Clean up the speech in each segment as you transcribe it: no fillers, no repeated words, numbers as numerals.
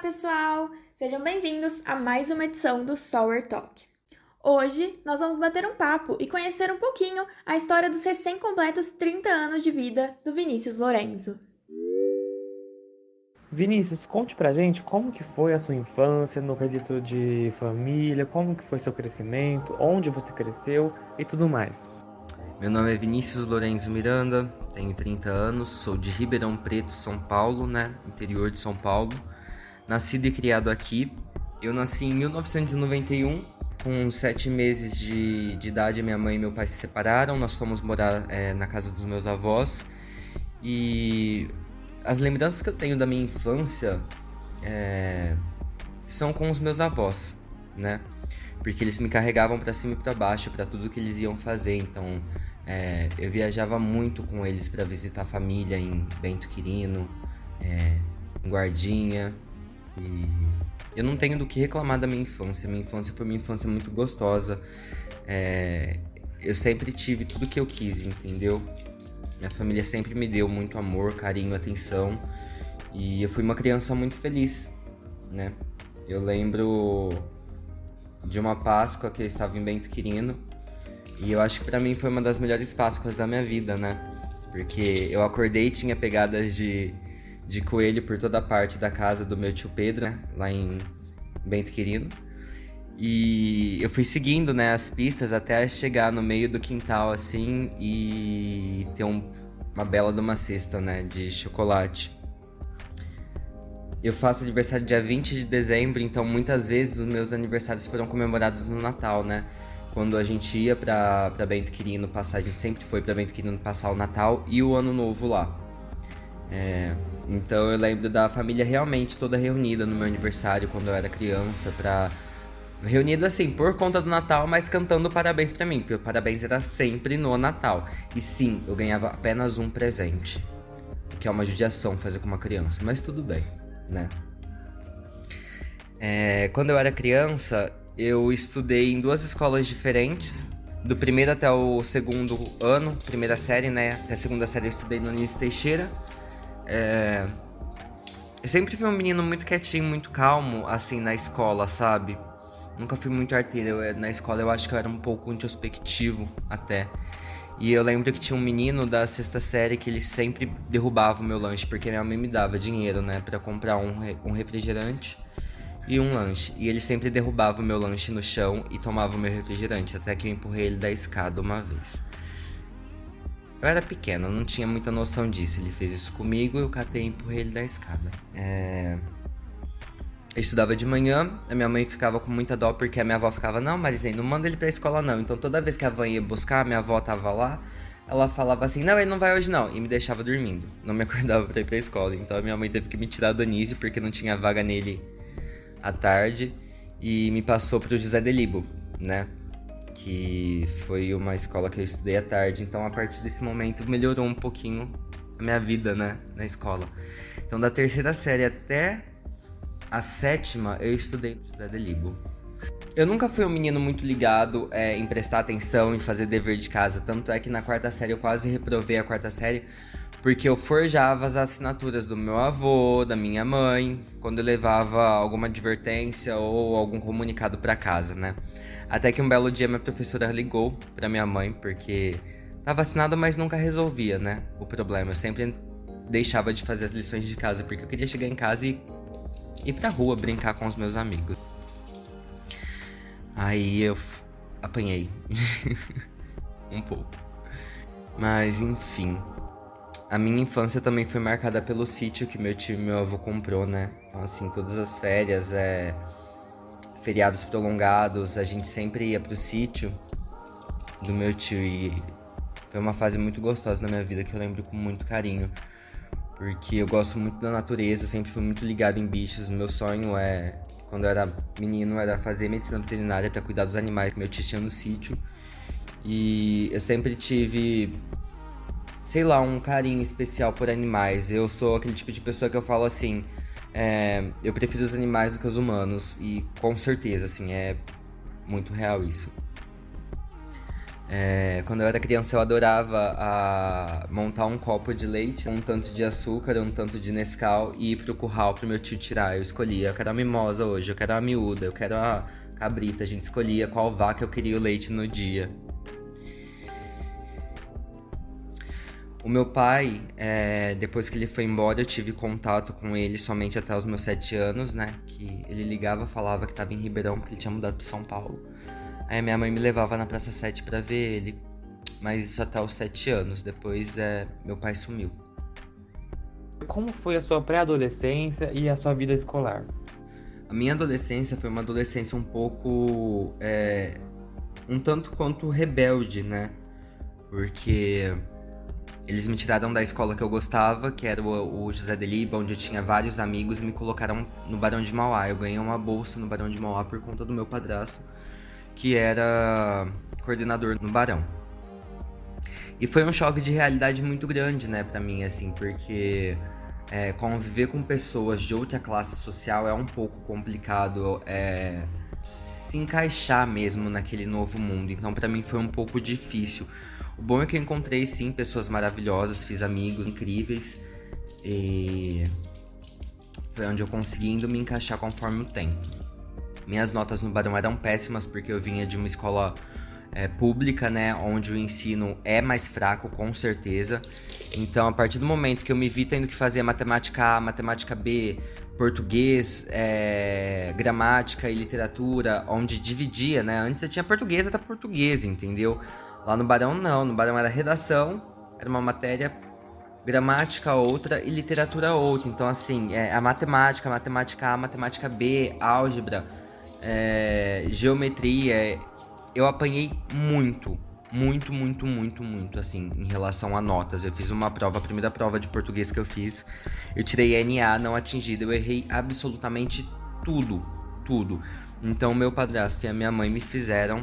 pessoal! Sejam bem-vindos a mais uma edição do Sour Talk. Hoje nós vamos bater um papo e conhecer um pouquinho a história dos recém-completos 30 anos de vida do Vinícius Lorenzo. Vinícius, conte pra gente como que foi a sua infância no quesito de família, como que foi seu crescimento, onde você cresceu e tudo mais. Meu nome é Vinícius Lorenzo Miranda, tenho 30 anos, sou de Ribeirão Preto, São Paulo, interior de São Paulo. Nascido e criado aqui. Eu nasci em 1991, com 7 meses de idade, minha mãe e meu pai se separaram, nós fomos morar na casa dos meus avós. E as lembranças que eu tenho da minha infância são com os meus avós, né? Porque eles me carregavam para cima e para baixo, para tudo que eles iam fazer. Então, eu viajava muito com eles para visitar a família em Bento Quirino, em Guardinha. E eu não tenho do que reclamar da minha infância. Minha infância foi uma infância muito gostosa. Eu sempre tive tudo que eu quis, entendeu? Minha família sempre me deu muito amor, carinho, atenção. E eu fui uma criança muito feliz, né? Eu lembro de uma Páscoa que eu estava em Bento Quirino. E eu acho que pra mim foi uma das melhores Páscoas da minha vida, né? Porque eu acordei e tinha pegadas de coelho por toda a parte da casa do meu tio Pedro, né? Lá em Bento Quirino. E eu fui seguindo, né, as pistas até chegar no meio do quintal, assim, e ter uma bela de uma cesta, né, de chocolate. Eu faço aniversário dia 20 de dezembro, então muitas vezes os meus aniversários foram comemorados no Natal, né? Quando a gente ia pra Bento Quirino passar, a gente sempre foi pra Bento Quirino passar o Natal e o Ano Novo lá. Então eu lembro da família realmente toda reunida no meu aniversário quando eu era criança, reunida assim, por conta do Natal, mas cantando parabéns pra mim, porque o parabéns era sempre no Natal. E sim, eu ganhava apenas um presente, o que é uma judiação fazer com uma criança, mas tudo bem, né? Quando eu era criança, eu estudei em 2 escolas diferentes, do primeiro até o segundo ano, primeira série, né? Até a segunda série eu estudei no Anísio Teixeira. Eu sempre fui um menino muito quietinho, muito calmo, assim, na escola, sabe? Nunca fui muito arteiro. Na escola eu acho que eu era um pouco introspectivo até. E eu lembro que tinha um menino da 6ª série que ele sempre derrubava o meu lanche, porque minha mãe me dava dinheiro, né, pra comprar um refrigerante e um lanche. E ele sempre derrubava o meu lanche no chão e tomava o meu refrigerante, até que eu empurrei ele da escada uma vez. Eu era pequeno, não tinha muita noção disso. Ele fez isso comigo, eu catei e empurrei ele da escada. Eu estudava de manhã, a minha mãe ficava com muita dó porque a minha avó ficava: não, Marizinha, não manda ele pra escola não. Então toda vez que a van ia buscar, a minha avó tava lá, ela falava assim: não, ele não vai hoje não, e me deixava dormindo. Não me acordava pra ir pra escola. Então a minha mãe teve que me tirar do Anísio porque não tinha vaga nele à tarde e me passou pro José de Libo, né? Que foi uma escola que eu estudei à tarde. Então a partir desse momento melhorou um pouquinho a minha vida, né, na escola. Então da 3ª série até a 7ª eu estudei no José de Libo. Eu nunca fui um menino muito ligado em prestar atenção, em fazer dever de casa. Tanto é que na 4ª série eu quase reprovei a 4ª série, porque eu forjava as assinaturas do meu avô, da minha mãe, quando eu levava alguma advertência ou algum comunicado pra casa, né? Até que um belo dia minha professora ligou pra minha mãe, porque tava assinado, mas nunca resolvia, né, o problema. Eu sempre deixava de fazer as lições de casa, porque eu queria chegar em casa e ir pra rua brincar com os meus amigos. Aí eu apanhei um pouco. Mas enfim, a minha infância também foi marcada pelo sítio que meu tio e meu avô comprou, né? Então assim, todas as férias, feriados prolongados, a gente sempre ia pro sítio do meu tio. E foi uma fase muito gostosa na minha vida que eu lembro com muito carinho, porque eu gosto muito da natureza, eu sempre fui muito ligado em bichos. Meu sonho quando eu era menino, era fazer medicina veterinária para cuidar dos animais que meu tio tinha no sítio. E eu sempre tive, sei lá, um carinho especial por animais. Eu sou aquele tipo de pessoa que eu falo assim, eu prefiro os animais do que os humanos. E com certeza, assim, é muito real isso. Quando eu era criança eu adorava montar um copo de leite, um tanto de açúcar, um tanto de Nescau e ir pro curral pro meu tio tirar. Eu escolhia, eu quero a mimosa hoje, eu quero a miúda, eu quero a cabrita. A gente escolhia qual vaca eu queria o leite no dia. O meu pai, depois que ele foi embora, eu tive contato com ele somente até os meus 7 anos, né? Que ele ligava, falava que estava em Ribeirão porque ele tinha mudado para São Paulo. Aí minha mãe me levava na Praça 7 pra ver ele, mas isso até os 7 anos, depois meu pai sumiu. Como foi a sua pré-adolescência e a sua vida escolar? A minha adolescência foi uma adolescência um pouco, um tanto quanto rebelde, né? Porque eles me tiraram da escola que eu gostava, que era o José de Liba, onde eu tinha vários amigos, e me colocaram no Barão de Mauá. Eu ganhei uma bolsa no Barão de Mauá por conta do meu padrasto, que era coordenador no Barão. E foi um choque de realidade muito grande, né, pra mim, assim, porque conviver com pessoas de outra classe social é um pouco complicado, se encaixar mesmo naquele novo mundo. Então, pra mim, foi um pouco difícil. O bom é que eu encontrei, sim, pessoas maravilhosas, fiz amigos incríveis, e foi onde eu consegui indo me encaixar conforme o tempo. Minhas notas no Barão eram péssimas porque eu vinha de uma escola pública, né, onde o ensino é mais fraco, com certeza. Então, a partir do momento que eu me vi tendo que fazer matemática A, matemática B, português, gramática e literatura, onde dividia, né, antes eu tinha português até português, entendeu? Lá no Barão não, no Barão era redação, era uma matéria, gramática outra e literatura outra. Então, assim, a matemática A, matemática B, álgebra, geometria, eu apanhei muito, assim, em relação a notas. Eu fiz uma prova, a primeira prova de português que eu fiz, eu tirei NA, não atingido, eu errei absolutamente tudo. Então, meu padrasto e a minha mãe me fizeram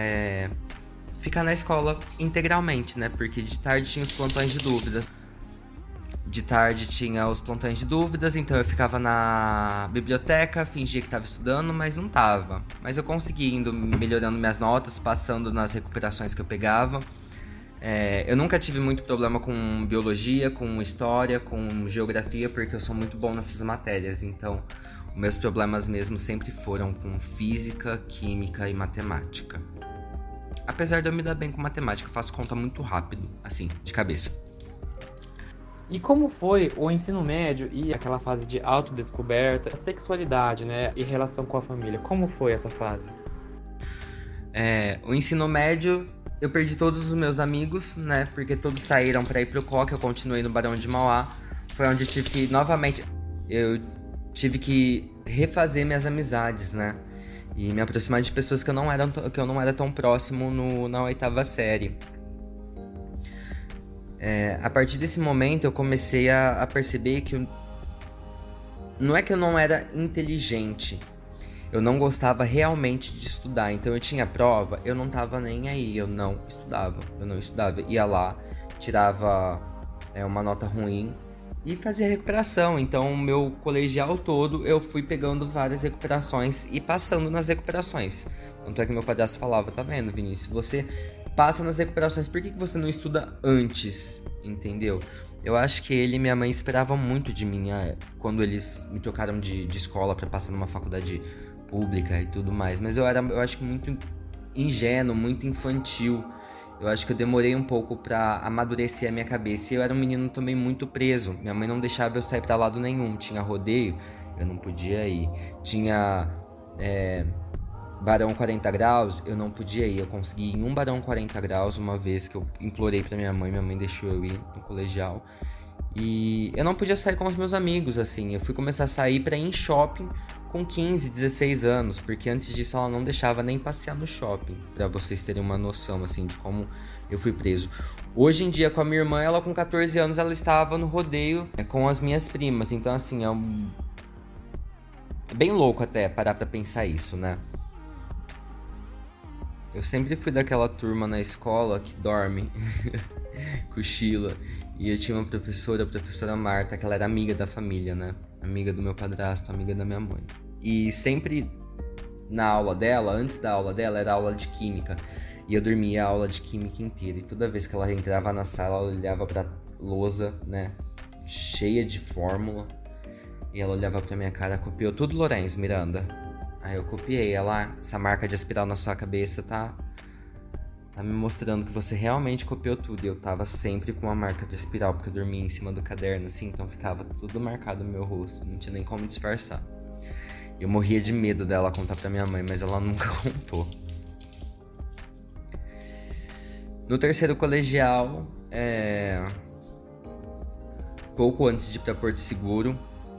ficar na escola integralmente, né, porque de tarde tinha os plantões de dúvidas. Então eu ficava na biblioteca, fingia que estava estudando, mas não estava. Mas eu consegui indo melhorando minhas notas, passando nas recuperações que eu pegava. Eu nunca tive muito problema com biologia, com história, com geografia, porque eu sou muito bom nessas matérias. Então, os meus problemas mesmo sempre foram com física, química e matemática. Apesar de eu me dar bem com matemática, eu faço conta muito rápido, assim, de cabeça. E como foi o ensino médio e aquela fase de autodescoberta, a sexualidade, né, e relação com a família? Como foi essa fase? O ensino médio, eu perdi todos os meus amigos, né, porque todos saíram para ir pro COC, eu continuei no Barão de Mauá. Foi onde eu tive que refazer minhas amizades, né, e me aproximar de pessoas que eu não era tão próximo na 8ª série. A partir desse momento eu comecei a perceber que não é que eu não era inteligente, eu não gostava realmente de estudar. Então eu tinha prova, eu não tava nem aí, eu não estudava. Ia lá, tirava uma nota ruim e fazia recuperação. Então o meu colegial todo eu fui pegando várias recuperações e passando nas recuperações. Tanto é que meu padrasto falava, tá vendo, Vinícius, você passa nas recuperações, por que você não estuda antes, entendeu? Eu acho que ele e minha mãe esperavam muito de mim quando eles me trocaram de escola para passar numa faculdade pública e tudo mais. Mas eu acho que muito ingênuo, muito infantil. Eu acho que eu demorei um pouco para amadurecer a minha cabeça. E eu era um menino também muito preso. Minha mãe não deixava eu sair para lado nenhum. Tinha rodeio, eu não podia ir. Tinha Barão 40 graus, eu não podia ir. Eu consegui ir em um Barão 40 graus uma vez que eu implorei pra minha mãe deixou eu ir no colegial. E eu não podia sair com os meus amigos, assim. Eu fui começar a sair pra ir em shopping com 15, 16 anos, porque antes disso ela não deixava nem passear no shopping, pra vocês terem uma noção, assim, de como eu fui preso. Hoje em dia, com a minha irmã, ela com 14 anos, ela estava no rodeio com as minhas primas. Então, assim, é bem louco até parar pra pensar isso, né? Eu sempre fui daquela turma na escola que dorme, cochila. E eu tinha uma professora, a professora Marta, que ela era amiga da família, né? Amiga do meu padrasto, amiga da minha mãe. E sempre na aula dela, antes da aula dela, era aula de química. E eu dormia a aula de química inteira. E toda vez que ela entrava na sala, ela olhava pra lousa, né? Cheia de fórmula. E ela olhava pra minha cara, copiou tudo, Lourenço, Miranda. Aí eu copiei. Ela, essa marca de espiral na sua cabeça tá me mostrando que você realmente copiou tudo. E eu tava sempre com uma marca de espiral, porque eu dormia em cima do caderno, assim. Então ficava tudo marcado no meu rosto. Não tinha nem como disfarçar. Eu morria de medo dela contar pra minha mãe, mas ela nunca contou. No terceiro colegial, pouco antes de ir pra Porto Seguro,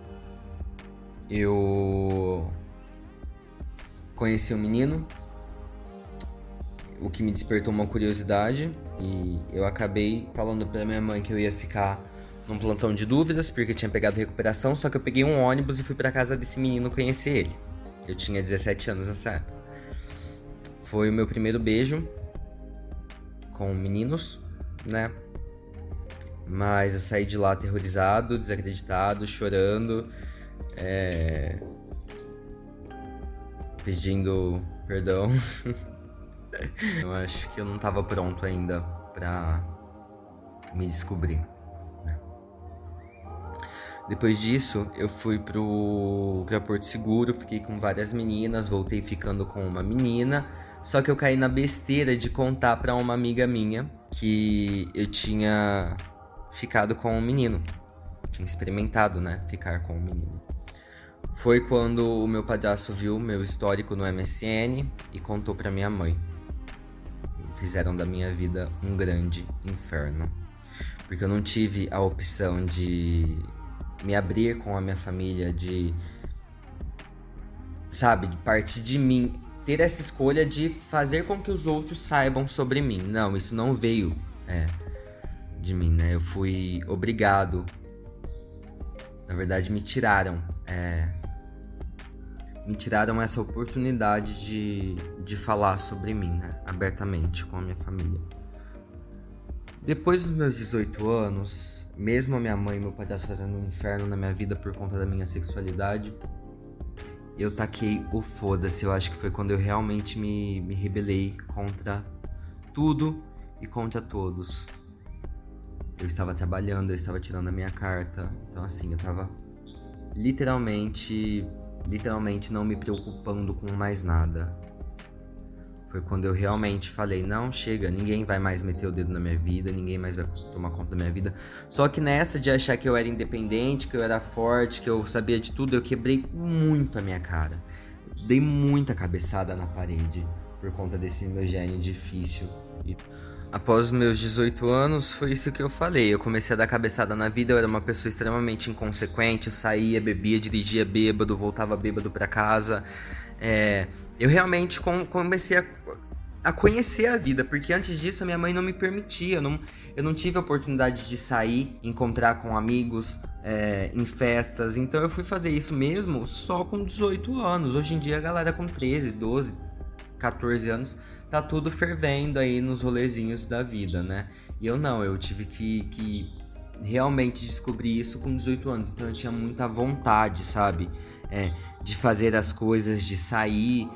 eu conheci um menino, o que me despertou uma curiosidade, e eu acabei falando pra minha mãe que eu ia ficar num plantão de dúvidas, porque eu tinha pegado recuperação, só que eu peguei um ônibus e fui pra casa desse menino conhecer ele. Eu tinha 17 anos nessa época. Foi o meu primeiro beijo com meninos, né? Mas eu saí de lá aterrorizado, desacreditado, chorando, pedindo perdão. Eu acho que eu não tava pronto ainda pra me descobrir. Depois disso, eu fui pra Porto Seguro, fiquei com várias meninas, voltei ficando com uma menina. Só que eu caí na besteira de contar pra uma amiga minha que eu tinha ficado com um menino. Tinha experimentado, né, ficar com um menino. Foi quando o meu padrasto viu meu histórico no MSN e contou pra minha mãe. Fizeram da minha vida um grande inferno. Porque eu não tive a opção de me abrir com a minha família, de partir de mim, ter essa escolha de fazer com que os outros saibam sobre mim. Não, isso não veio de mim, né? Eu fui obrigado. Na verdade, me tiraram essa oportunidade de falar sobre mim, né? Abertamente com a minha família. Depois dos meus 18 anos, mesmo a minha mãe e meu padrasto fazendo um inferno na minha vida por conta da minha sexualidade, eu taquei o foda-se. Eu acho que foi quando eu realmente me rebelei contra tudo e contra todos. Eu estava trabalhando, eu estava tirando a minha carta. Então assim, eu tava literalmente não me preocupando com mais nada. Foi quando eu realmente falei, não, chega, ninguém vai mais meter o dedo na minha vida, ninguém mais vai tomar conta da minha vida. Só que nessa de achar que eu era independente, que eu era forte, que eu sabia de tudo, eu quebrei muito a minha cara. Dei muita cabeçada na parede por conta desse meu gênio difícil. E após os meus 18 anos, foi isso que eu falei. Eu comecei a dar cabeçada na vida, eu era uma pessoa extremamente inconsequente. Eu saía, bebia, dirigia bêbado, voltava bêbado pra casa. Eu realmente comecei a conhecer a vida, porque antes disso a minha mãe não me permitia. Eu não tive a oportunidade de sair, encontrar com amigos em festas. Então eu fui fazer isso mesmo só com 18 anos. Hoje em dia a galera com 13, 12, 14 anos tá tudo fervendo aí nos rolezinhos da vida, né? E eu não, eu tive que realmente descobrir isso com 18 anos. Então eu tinha muita vontade, sabe? De fazer as coisas, de sair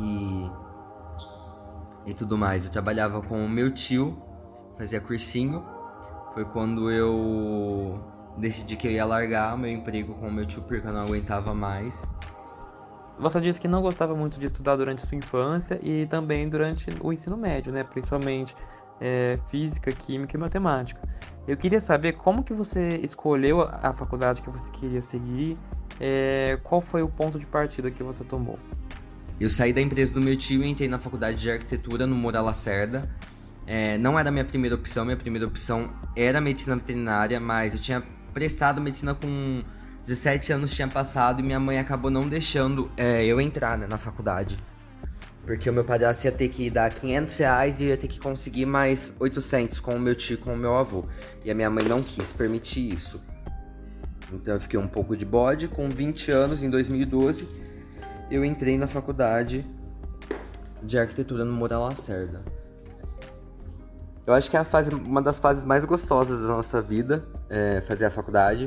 e tudo mais. Eu trabalhava com o meu tio, fazia cursinho. Foi quando eu decidi que eu ia largar o meu emprego com o meu tio, porque eu não aguentava mais. Você disse que não gostava muito de estudar durante sua infância e também durante o ensino médio, né? Principalmente física, química e matemática. Eu queria saber como que você escolheu a faculdade que você queria seguir, qual foi o ponto de partida que você tomou? Eu saí da empresa do meu tio e entrei na faculdade de arquitetura no Moura Lacerda. Não era a minha primeira opção era medicina veterinária, mas eu tinha prestado medicina com 17 anos, tinha passado, e minha mãe acabou não deixando eu entrar, né, na faculdade. Porque o meu padrasto ia ter que dar R$500 e eu ia ter que conseguir mais 800 com o meu tio, com o meu avô. E a minha mãe não quis permitir isso. Então eu fiquei um pouco de bode. Com 20 anos, em 2012, eu entrei na faculdade de arquitetura no Moura Lacerda. Eu acho que é uma das fases mais gostosas da nossa vida, fazer a faculdade.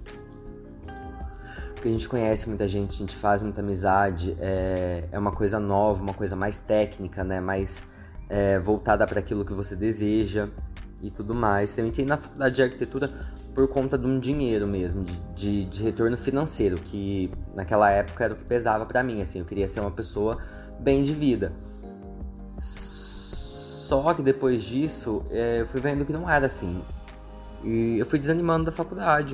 Porque a gente conhece muita gente, a gente faz muita amizade, é uma coisa nova, uma coisa mais técnica, né? Mais voltada para aquilo que você deseja e tudo mais. Eu entrei na faculdade de arquitetura por conta de um dinheiro mesmo, de retorno financeiro, que naquela época era o que pesava para mim, assim, eu queria ser uma pessoa bem de vida. Só que depois disso, eu fui vendo que não era assim. E eu fui desanimando da faculdade.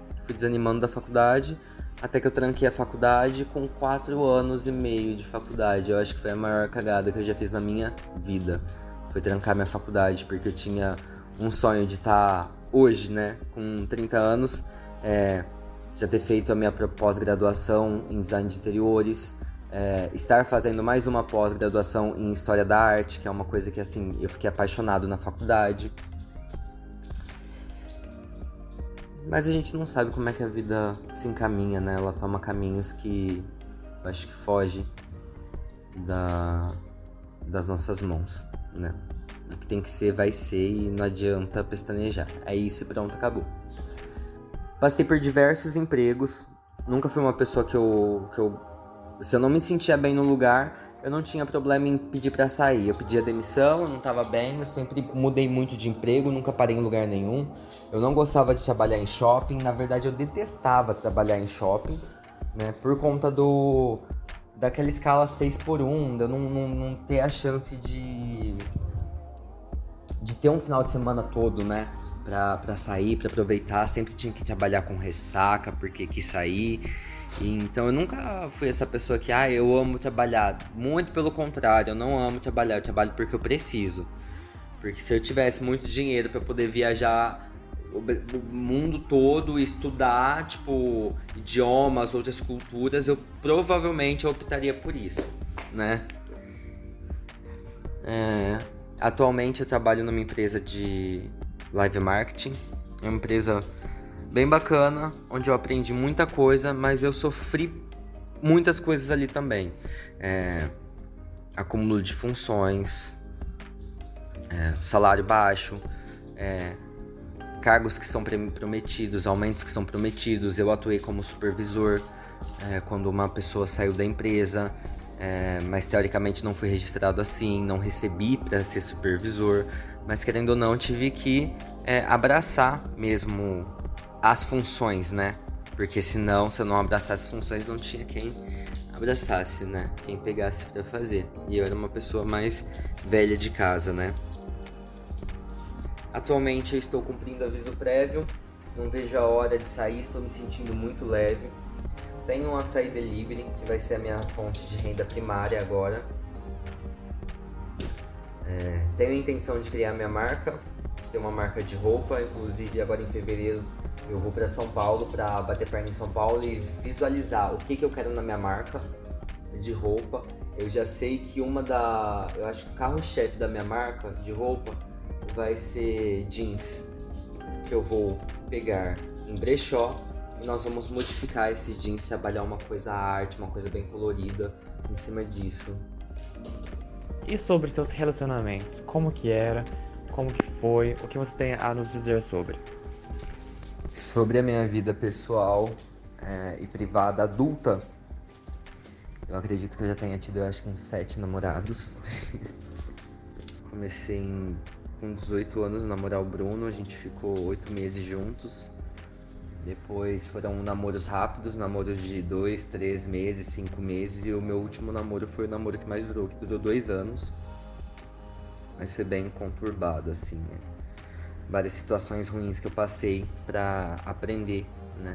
Até que eu tranquei a faculdade com 4 anos e meio de faculdade. Eu acho que foi a maior cagada que eu já fiz na minha vida. Foi trancar minha faculdade, porque eu tinha um sonho de estar hoje, né, com 30 anos, já ter feito a minha pós-graduação em design de interiores, estar fazendo mais uma pós-graduação em História da Arte, que é uma coisa que, assim, eu fiquei apaixonado na faculdade. Mas a gente não sabe como é que a vida se encaminha, né? Ela toma caminhos que eu acho que foge das nossas mãos, né? O que tem que ser, vai ser, e não adianta pestanejar. É isso e pronto, acabou. Passei por diversos empregos. Nunca fui uma pessoa que eu se eu não me sentia bem no lugar, eu não tinha problema em pedir pra sair. Eu pedia demissão, eu não tava bem, eu sempre mudei muito de emprego, nunca parei em lugar nenhum. Eu não gostava de trabalhar em shopping, na verdade eu detestava trabalhar em shopping, né? Por conta daquela escala 6x1, de eu não ter a chance de ter um final de semana todo, né? Pra sair, pra aproveitar. Sempre tinha que trabalhar com ressaca, porque quis sair. Então eu nunca fui essa pessoa que, eu amo trabalhar. Muito pelo contrário, eu não amo trabalhar, eu trabalho porque eu preciso. Porque se eu tivesse muito dinheiro pra poder viajar o mundo todo e estudar, tipo, idiomas, outras culturas, eu provavelmente optaria por isso, né? Atualmente eu trabalho numa empresa de live marketing. É uma empresa bem bacana, onde eu aprendi muita coisa, mas eu sofri muitas coisas ali também. Acúmulo de funções, salário baixo, cargos que são prometidos, aumentos que são prometidos. Eu atuei como supervisor quando uma pessoa saiu da empresa, mas teoricamente não fui registrado assim, não recebi para ser supervisor, mas querendo ou não tive que abraçar mesmo as funções, né? Porque senão, se eu não abraçasse as funções, não tinha quem abraçasse, né? Quem pegasse pra fazer. E eu era uma pessoa mais velha de casa, né? Atualmente eu estou cumprindo aviso prévio, não vejo a hora de sair, estou me sentindo muito leve. Tenho um açaí delivery, que vai ser a minha fonte de renda primária agora. Tenho a intenção de criar minha marca, de ter uma marca de roupa, inclusive agora em fevereiro eu vou para São Paulo para bater perna em São Paulo e visualizar o que eu quero na minha marca de roupa. Eu já sei que eu acho que o carro-chefe da minha marca de roupa vai ser jeans, que eu vou pegar em brechó e nós vamos modificar esse jeans, trabalhar uma coisa arte, uma coisa bem colorida em cima disso. E sobre seus relacionamentos? Como que era? Como que foi? O que você tem a nos dizer sobre? Sobre a minha vida pessoal e privada adulta, eu acredito que eu já tenha tido, eu acho que uns 7 namorados. Comecei com 18 anos a namorar o Bruno, a gente ficou 8 meses juntos. Depois foram namoros rápidos, namoros de 2, 3 meses, 5 meses. E o meu último namoro foi o namoro que mais durou, que durou 2 anos. Mas foi bem conturbado, assim, né? Várias situações ruins que eu passei pra aprender, né?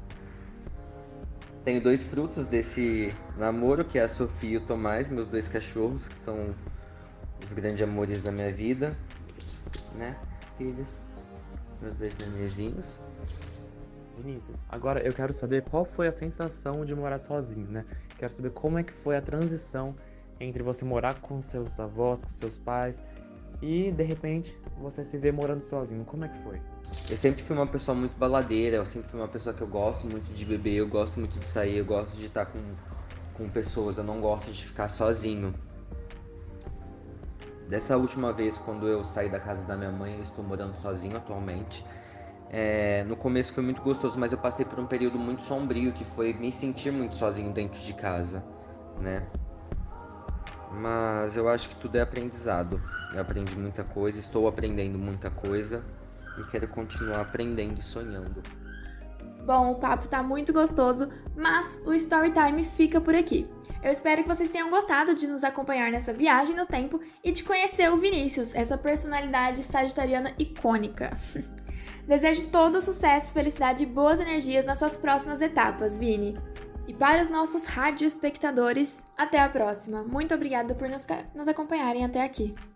Tenho 2 frutos desse namoro, que é a Sofia e o Tomás, meus 2 cachorros, que são os grandes amores da minha vida, né? Filhos, meus 2 nenenzinhos. Vinícius, agora eu quero saber qual foi a sensação de morar sozinho, né? Quero saber como é que foi a transição entre você morar com seus avós, com seus pais e, de repente, você se vê morando sozinho. Como é que foi? Eu sempre fui uma pessoa muito baladeira, eu sempre fui uma pessoa que eu gosto muito de beber, eu gosto muito de sair, eu gosto de estar com pessoas, eu não gosto de ficar sozinho. Dessa última vez, quando eu saí da casa da minha mãe, eu estou morando sozinho atualmente. No começo foi muito gostoso, mas eu passei por um período muito sombrio, que foi me sentir muito sozinho dentro de casa, né? Mas eu acho que tudo é aprendizado. Eu aprendi muita coisa, estou aprendendo muita coisa e quero continuar aprendendo e sonhando. Bom, o papo tá muito gostoso, mas o Storytime fica por aqui. Eu espero que vocês tenham gostado de nos acompanhar nessa viagem no tempo e de conhecer o Vinícius, essa personalidade sagitariana icônica. Desejo todo sucesso, felicidade e boas energias nas suas próximas etapas, Vini. E para os nossos radioespectadores, até a próxima. Muito obrigada por nos acompanharem até aqui.